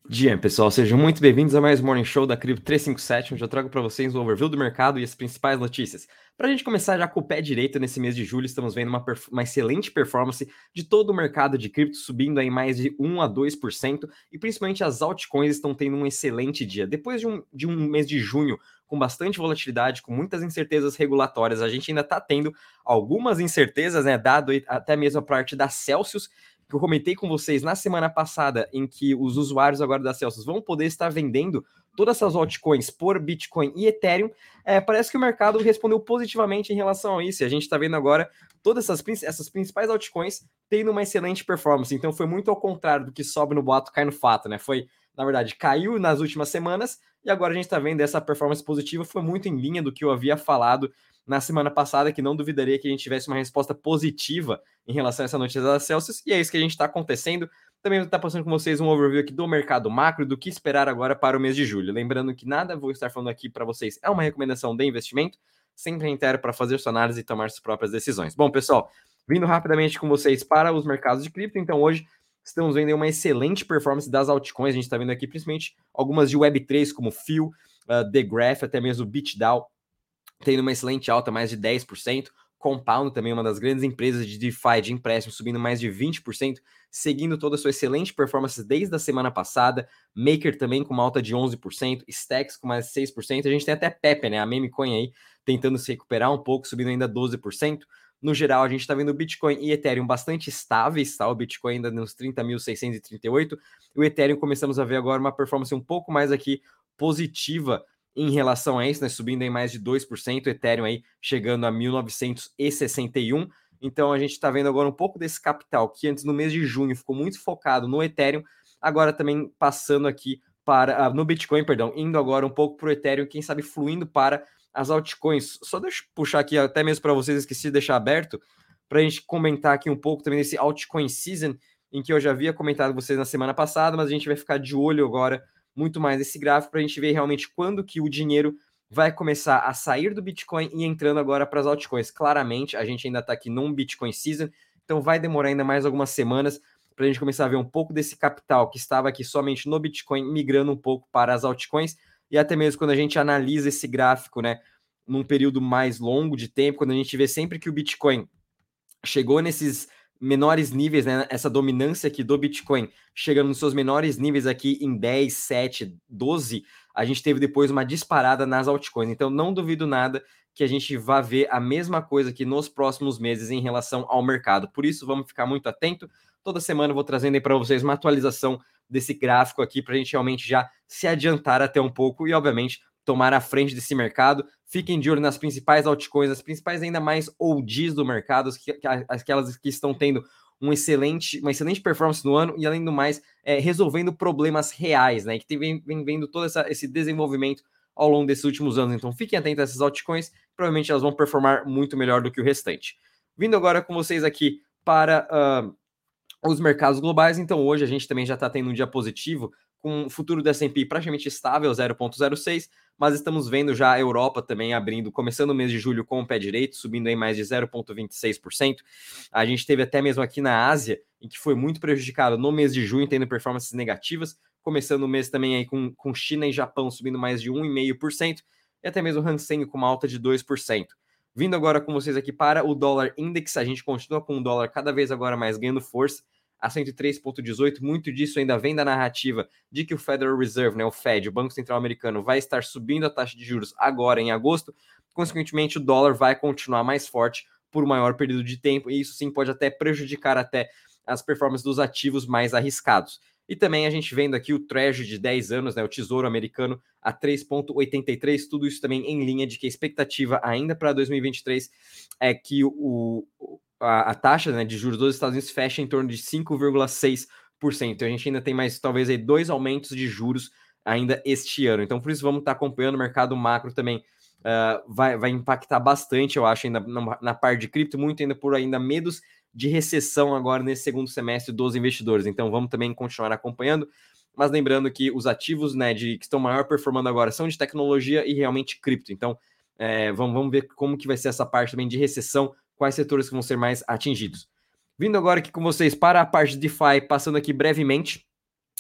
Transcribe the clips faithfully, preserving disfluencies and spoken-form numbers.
Dia, pessoal, sejam muito bem-vindos a mais um Morning Show da Cripto trezentos e cinquenta e sete, onde eu trago para vocês um overview do mercado e as principais notícias. Para a gente começar já com o pé direito nesse mês de julho, estamos vendo uma, uma excelente performance de todo o mercado de cripto, subindo aí mais de um a dois por cento, e principalmente as altcoins estão tendo um excelente dia. Depois de um, de um mês de junho com bastante volatilidade, com muitas incertezas regulatórias, a gente ainda está tendo algumas incertezas, né, dado até mesmo a parte da Celsius, que eu comentei com vocês na semana passada, em que os usuários agora da Celsius vão poder estar vendendo todas essas altcoins por Bitcoin e Ethereum, é, parece que o mercado respondeu positivamente em relação a isso. E a gente está vendo agora todas essas, essas principais altcoins tendo uma excelente performance. Então foi muito ao contrário do que sobe no boato, cai no fato, né? Foi, na verdade, caiu nas últimas semanas e agora a gente está vendo essa performance positiva. Foi muito em linha do que eu havia falado na semana passada, que não duvidaria que a gente tivesse uma resposta positiva em relação a essa notícia da Celsius, e é isso que a gente está acontecendo. Também vou estar passando com vocês um overview aqui do mercado macro, do que esperar agora para o mês de julho. Lembrando que nada vou estar falando aqui para vocês é uma recomendação de investimento, sempre reitero para fazer sua análise e tomar suas próprias decisões. Bom, pessoal, vindo rapidamente com vocês para os mercados de cripto, então hoje estamos vendo uma excelente performance das altcoins, a gente está vendo aqui principalmente algumas de web três, como F I O, uh, The Graph, até mesmo BitDAO, tendo uma excelente alta, mais de dez por cento. Compound, também uma das grandes empresas de DeFi, de empréstimo, subindo mais de vinte por cento, seguindo toda a sua excelente performance desde a semana passada. Maker também com uma alta de onze por cento, Stacks com mais de seis por cento. A gente tem até Pepe, né, a meme coin aí, tentando se recuperar um pouco, subindo ainda doze por cento. No geral, a gente está vendo o Bitcoin e Ethereum bastante estáveis, tá? O Bitcoin ainda nos trinta mil seiscentos e trinta e oito. O Ethereum começamos a ver agora uma performance um pouco mais aqui positiva em relação a isso, né, subindo em mais de dois por cento, Ethereum aí chegando a mil novecentos e sessenta e um. Então a gente está vendo agora um pouco desse capital que antes no mês de junho ficou muito focado no Ethereum, agora também passando aqui para uh, no Bitcoin, perdão, indo agora um pouco para o Ethereum, quem sabe fluindo para as altcoins. Só deixa eu puxar aqui até mesmo para vocês, esqueci de deixar aberto para a gente comentar aqui um pouco também desse altcoin season, em que eu já havia comentado com vocês na semana passada, mas a gente vai ficar de olho agora muito mais esse gráfico para a gente ver realmente quando que o dinheiro vai começar a sair do Bitcoin e entrando agora para as altcoins. Claramente, a gente ainda está aqui num Bitcoin season, então vai demorar ainda mais algumas semanas para a gente começar a ver um pouco desse capital que estava aqui somente no Bitcoin migrando um pouco para as altcoins, e até mesmo quando a gente analisa esse gráfico, né, num período mais longo de tempo, quando a gente vê sempre que o Bitcoin chegou nesses menores níveis, né? Essa dominância aqui do Bitcoin chegando nos seus menores níveis aqui em dez, sete, doze, a gente teve depois uma disparada nas altcoins. Então não duvido nada que a gente vá ver a mesma coisa aqui nos próximos meses em relação ao mercado. Por isso, vamos ficar muito atento. Toda semana eu vou trazendo aí para vocês uma atualização desse gráfico aqui para a gente realmente já se adiantar até um pouco e, obviamente, tomar a frente desse mercado. Fiquem de olho nas principais altcoins, as principais ainda mais oldies do mercado, aquelas que estão tendo um excelente, uma excelente performance no ano e, além do mais, é, resolvendo problemas reais, né? Que vem, vem vendo todo essa, esse desenvolvimento ao longo desses últimos anos. Então, fiquem atentos a essas altcoins, provavelmente elas vão performar muito melhor do que o restante. Vindo agora com vocês aqui para uh, os mercados globais, então hoje a gente também já está tendo um dia positivo, com o futuro do S and P praticamente estável, zero vírgula zero seis, mas estamos vendo já a Europa também abrindo, começando o mês de julho com o pé direito, subindo em mais de zero vírgula vinte e seis por cento. A gente teve até mesmo aqui na Ásia, em que foi muito prejudicado no mês de junho, tendo performances negativas, começando o mês também aí com, com China e Japão subindo mais de um vírgula cinco por cento, e até mesmo o Hang Seng com uma alta de dois por cento. Vindo agora com vocês aqui para o dólar index, a gente continua com o dólar cada vez agora mais ganhando força, a cento e três vírgula dezoito. Muito disso ainda vem da narrativa de que o Federal Reserve, né, o Fed, o Banco Central Americano, vai estar subindo a taxa de juros agora em agosto. Consequentemente, o dólar vai continuar mais forte por um maior período de tempo, e isso sim pode até prejudicar até as performances dos ativos mais arriscados. E também a gente vendo aqui o Treasury de dez anos, né, o Tesouro Americano, a três vírgula oitenta e três, tudo isso também em linha de que a expectativa ainda para dois mil e vinte e três é que o, a, a taxa, né, de juros dos Estados Unidos fecha em torno de cinco vírgula seis por cento. Então a gente ainda tem mais, talvez, aí, dois aumentos de juros ainda este ano. Então por isso vamos estar acompanhando o mercado macro também. Uh, vai, vai impactar bastante, eu acho, ainda na, na parte de cripto, muito ainda por ainda medos de recessão agora nesse segundo semestre dos investidores. Então vamos também continuar acompanhando, mas lembrando que os ativos, né, de, que estão maior performando agora são de tecnologia e realmente cripto. Então é, vamos, vamos ver como que vai ser essa parte também de recessão, quais setores que vão ser mais atingidos. Vindo agora aqui com vocês para a parte de DeFi, passando aqui brevemente.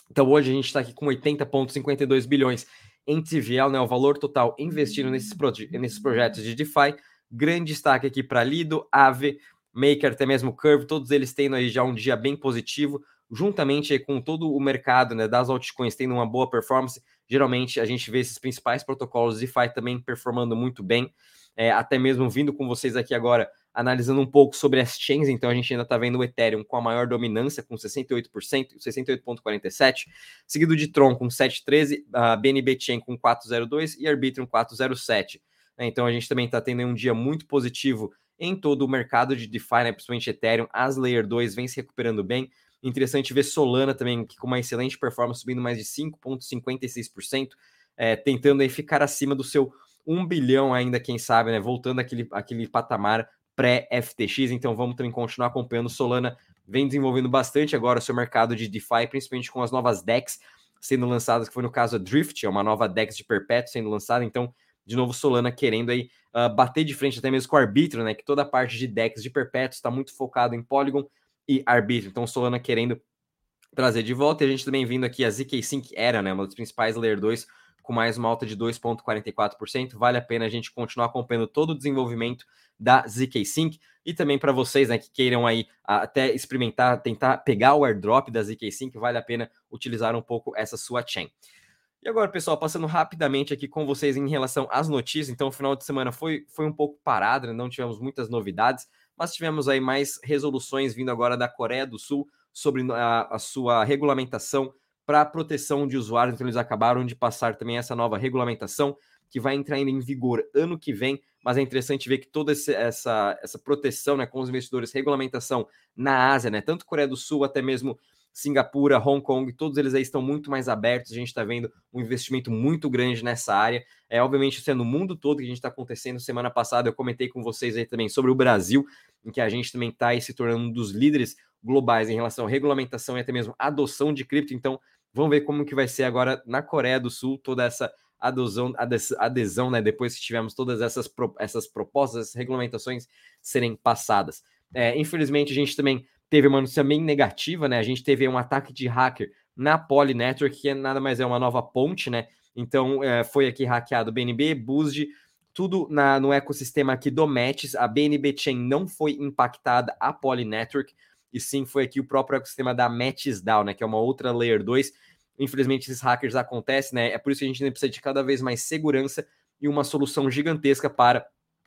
Então hoje a gente está aqui com oitenta vírgula cinquenta e dois bilhões em T V L, né, o valor total investido nesses, proje nesses projetos de DeFi. Grande destaque aqui para Lido, Aave, Maker, até mesmo Curve, todos eles tendo aí já um dia bem positivo, juntamente com todo o mercado, né, das altcoins tendo uma boa performance. Geralmente a gente vê esses principais protocolos DeFi também performando muito bem, é, até mesmo vindo com vocês aqui agora, analisando um pouco sobre as chains. Então a gente ainda está vendo o Ethereum com a maior dominância, com sessenta e oito por cento, sessenta e oito vírgula quarenta e sete por cento, seguido de Tron com sete vírgula treze por cento, a B N B Chain com quatro vírgula zero dois por cento e Arbitrum quatro vírgula zero sete por cento. Então a gente também está tendo um dia muito positivo em todo o mercado de DeFi, né, principalmente Ethereum. As Layer dois vem se recuperando bem. Interessante ver Solana também, que com uma excelente performance, subindo mais de cinco vírgula cinquenta e seis por cento, é, tentando aí ficar acima do seu um bilhão ainda, quem sabe, né, voltando àquele, àquele patamar pré-F T X. Então vamos também continuar acompanhando. Solana vem desenvolvendo bastante agora o seu mercado de DeFi, principalmente com as novas D E X sendo lançadas, que foi no caso a Drift, é uma nova D E X de perpétuo sendo lançada. Então, de novo, Solana querendo aí uh, bater de frente até mesmo com o Arbitrum, né, que toda a parte de D E X de perpétuo está muito focado em Polygon e Arbitrum. Então, Solana querendo trazer de volta. E a gente também vindo aqui a Z K Sync Era, né, uma das principais Layer dois, com mais uma alta de dois vírgula quarenta e quatro por cento. Vale a pena a gente continuar acompanhando todo o desenvolvimento da Z K Sync. E também para vocês, né, que queiram aí até experimentar, tentar pegar o airdrop da Z K Sync, vale a pena utilizar um pouco essa sua chain. E agora, pessoal, passando rapidamente aqui com vocês em relação às notícias. Então, o final de semana foi, foi um pouco parado, né? Não tivemos muitas novidades, mas tivemos aí mais resoluções vindo agora da Coreia do Sul sobre a, a sua regulamentação para proteção de usuários. Então, eles acabaram de passar também essa nova regulamentação, que vai entrar ainda em vigor ano que vem, mas é interessante ver que toda esse, essa, essa proteção, né, com os investidores, regulamentação na Ásia, né, tanto Coreia do Sul até mesmo Singapura, Hong Kong, todos eles aí estão muito mais abertos. A gente está vendo um investimento muito grande nessa área. É, obviamente, isso é no mundo todo que a gente está acontecendo. Semana passada eu comentei com vocês aí também sobre o Brasil, em que a gente também está se tornando um dos líderes globais em relação à regulamentação e até mesmo adoção de cripto. Então, vamos ver como que vai ser agora na Coreia do Sul toda essa adesão, adesão, né, depois que tivemos todas essas, essas propostas, essas regulamentações serem passadas. É, infelizmente, a gente também teve uma notícia bem negativa, né? A gente teve um ataque de hacker na Poly Network, que nada mais é uma nova ponte, né? Então, é, foi aqui hackeado B N B, B U S D, tudo na, no ecossistema aqui do Metis. A B N B Chain não foi impactada, a Poly Network, e sim foi aqui o próprio ecossistema da Metis D A O, né? Que é uma outra Layer dois. Infelizmente, esses hackers acontecem, né? É por isso que a gente precisa de cada vez mais segurança e uma solução gigantesca para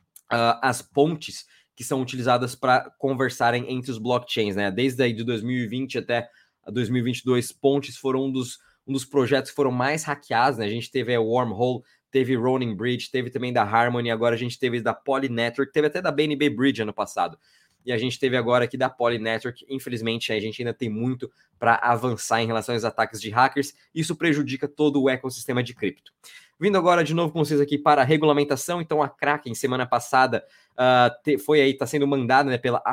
uh, as pontes que são utilizadas para conversarem entre os blockchains, né? Desde aí de dois mil e vinte até dois mil e vinte e dois, pontes foram um dos, um dos projetos que foram mais hackeados, né? A gente teve a Wormhole, teve Ronin Bridge, teve também da Harmony, agora a gente teve da Poly Network, teve até da B N B Bridge ano passado. E a gente teve agora aqui da Poly Network. Infelizmente, a gente ainda tem muito para avançar em relação aos ataques de hackers. Isso prejudica todo o ecossistema de cripto. Vindo agora de novo com vocês aqui para a regulamentação. Então, a Kraken, semana passada, uh, te, foi aí, está sendo mandada, né, pela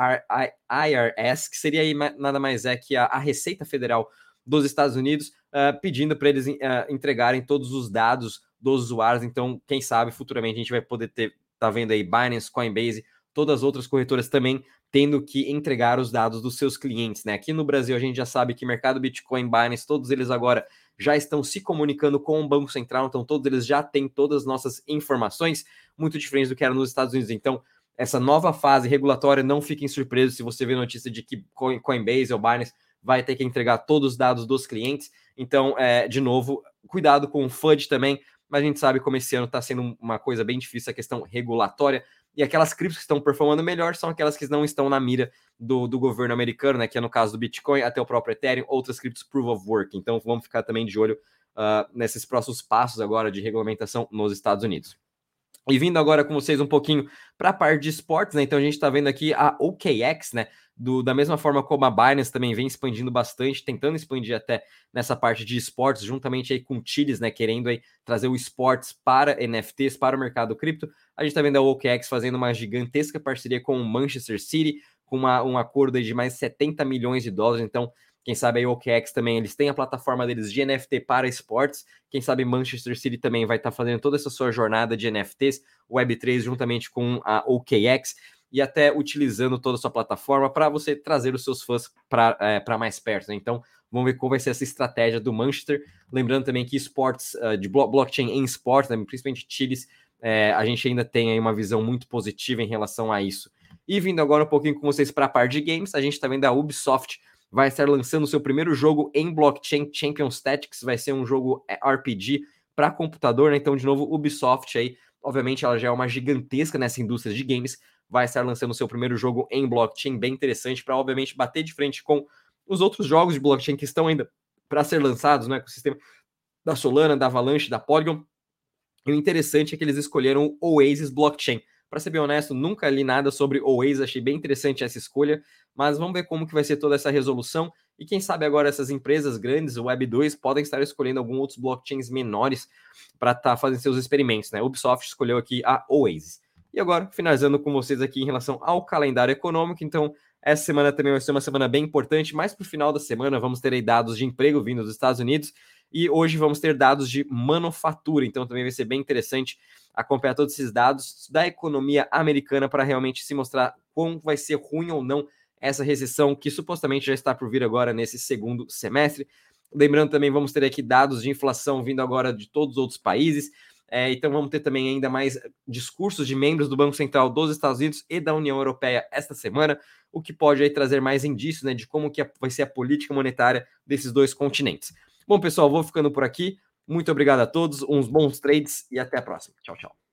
I R S, que seria aí nada mais é que a, a Receita Federal dos Estados Unidos, uh, pedindo para eles uh, entregarem todos os dados dos usuários. Então, quem sabe, futuramente a gente vai poder ter, tá vendo aí, Binance, Coinbase, todas as outras corretoras também tendo que entregar os dados dos seus clientes, né? Aqui no Brasil a gente já sabe que mercado Bitcoin, Binance, todos eles agora já estão se comunicando com o Banco Central, então todos eles já têm todas as nossas informações, muito diferente do que era nos Estados Unidos. Então, essa nova fase regulatória, não fiquem surpresos se você vê notícia de que Coinbase ou Binance vai ter que entregar todos os dados dos clientes. Então, é, de novo, cuidado com o F U D também, mas a gente sabe como esse ano está sendo uma coisa bem difícil a questão regulatória. E aquelas criptos que estão performando melhor são aquelas que não estão na mira do, do governo americano, né? Que é no caso do Bitcoin, até o próprio Ethereum, outras criptos Proof of Work. Então vamos ficar também de olho uh, nesses próximos passos agora de regulamentação nos Estados Unidos. E vindo agora com vocês um pouquinho para a parte de esportes, né? Então a gente está vendo aqui a O K X, né? Do, da mesma forma como a Binance também vem expandindo bastante, tentando expandir até nessa parte de esportes, juntamente aí com o Chiles, né? Querendo aí trazer o esportes para N F Ts, para o mercado cripto. A gente está vendo a O K X fazendo uma gigantesca parceria com o Manchester City, com uma, um acordo de mais setenta milhões de dólares. Então, quem sabe a O K X também, eles têm a plataforma deles de N F T para esportes. Quem sabe Manchester City também vai estar tá fazendo toda essa sua jornada de N F Ts, web três, juntamente com a O K X, e até utilizando toda a sua plataforma para você trazer os seus fãs para é, mais perto, né? Então, Vamos ver qual vai ser essa estratégia do Manchester. Lembrando também que esportes, uh, de blockchain em esportes, né, principalmente Chiles, é, a gente ainda tem aí uma visão muito positiva em relação a isso. E vindo agora um pouquinho com vocês para a parte de games, a gente está vendo a Ubisoft vai estar lançando o seu primeiro jogo em blockchain, Champions Tactics, vai ser um jogo R P G para computador, né? Então, de novo, Ubisoft aí, obviamente ela já é uma gigantesca nessa indústria de games, vai estar lançando o seu primeiro jogo em blockchain, bem interessante, para obviamente bater de frente com os outros jogos de blockchain que estão ainda para ser lançados, né? Com o sistema da Solana, da Avalanche, da Polygon. E o interessante é que eles escolheram o Oasis Blockchain. Para ser bem honesto, nunca li nada sobre Oasis, achei bem interessante essa escolha, mas vamos ver como que vai ser toda essa resolução, e quem sabe agora essas empresas grandes, o Web dois, podem estar escolhendo alguns outros blockchains menores para estar tá fazendo seus experimentos, né? Ubisoft escolheu aqui a Oasis. E agora, finalizando com vocês aqui em relação ao calendário econômico, então essa semana também vai ser uma semana bem importante, mas para o final da semana vamos ter aí dados de emprego vindo dos Estados Unidos, e hoje vamos ter dados de manufatura, então também vai ser bem interessante acompanhar todos esses dados da economia americana para realmente se mostrar como vai ser ruim ou não essa recessão que supostamente já está por vir agora nesse segundo semestre. Lembrando também, vamos ter aqui dados de inflação vindo agora de todos os outros países, é, então vamos ter também ainda mais discursos de membros do Banco Central dos Estados Unidos e da União Europeia esta semana, o que pode aí trazer mais indícios, né, de como que vai ser a política monetária desses dois continentes. Bom, pessoal, vou ficando por aqui. Muito obrigado a todos, uns bons trades e até a próxima. Tchau, tchau.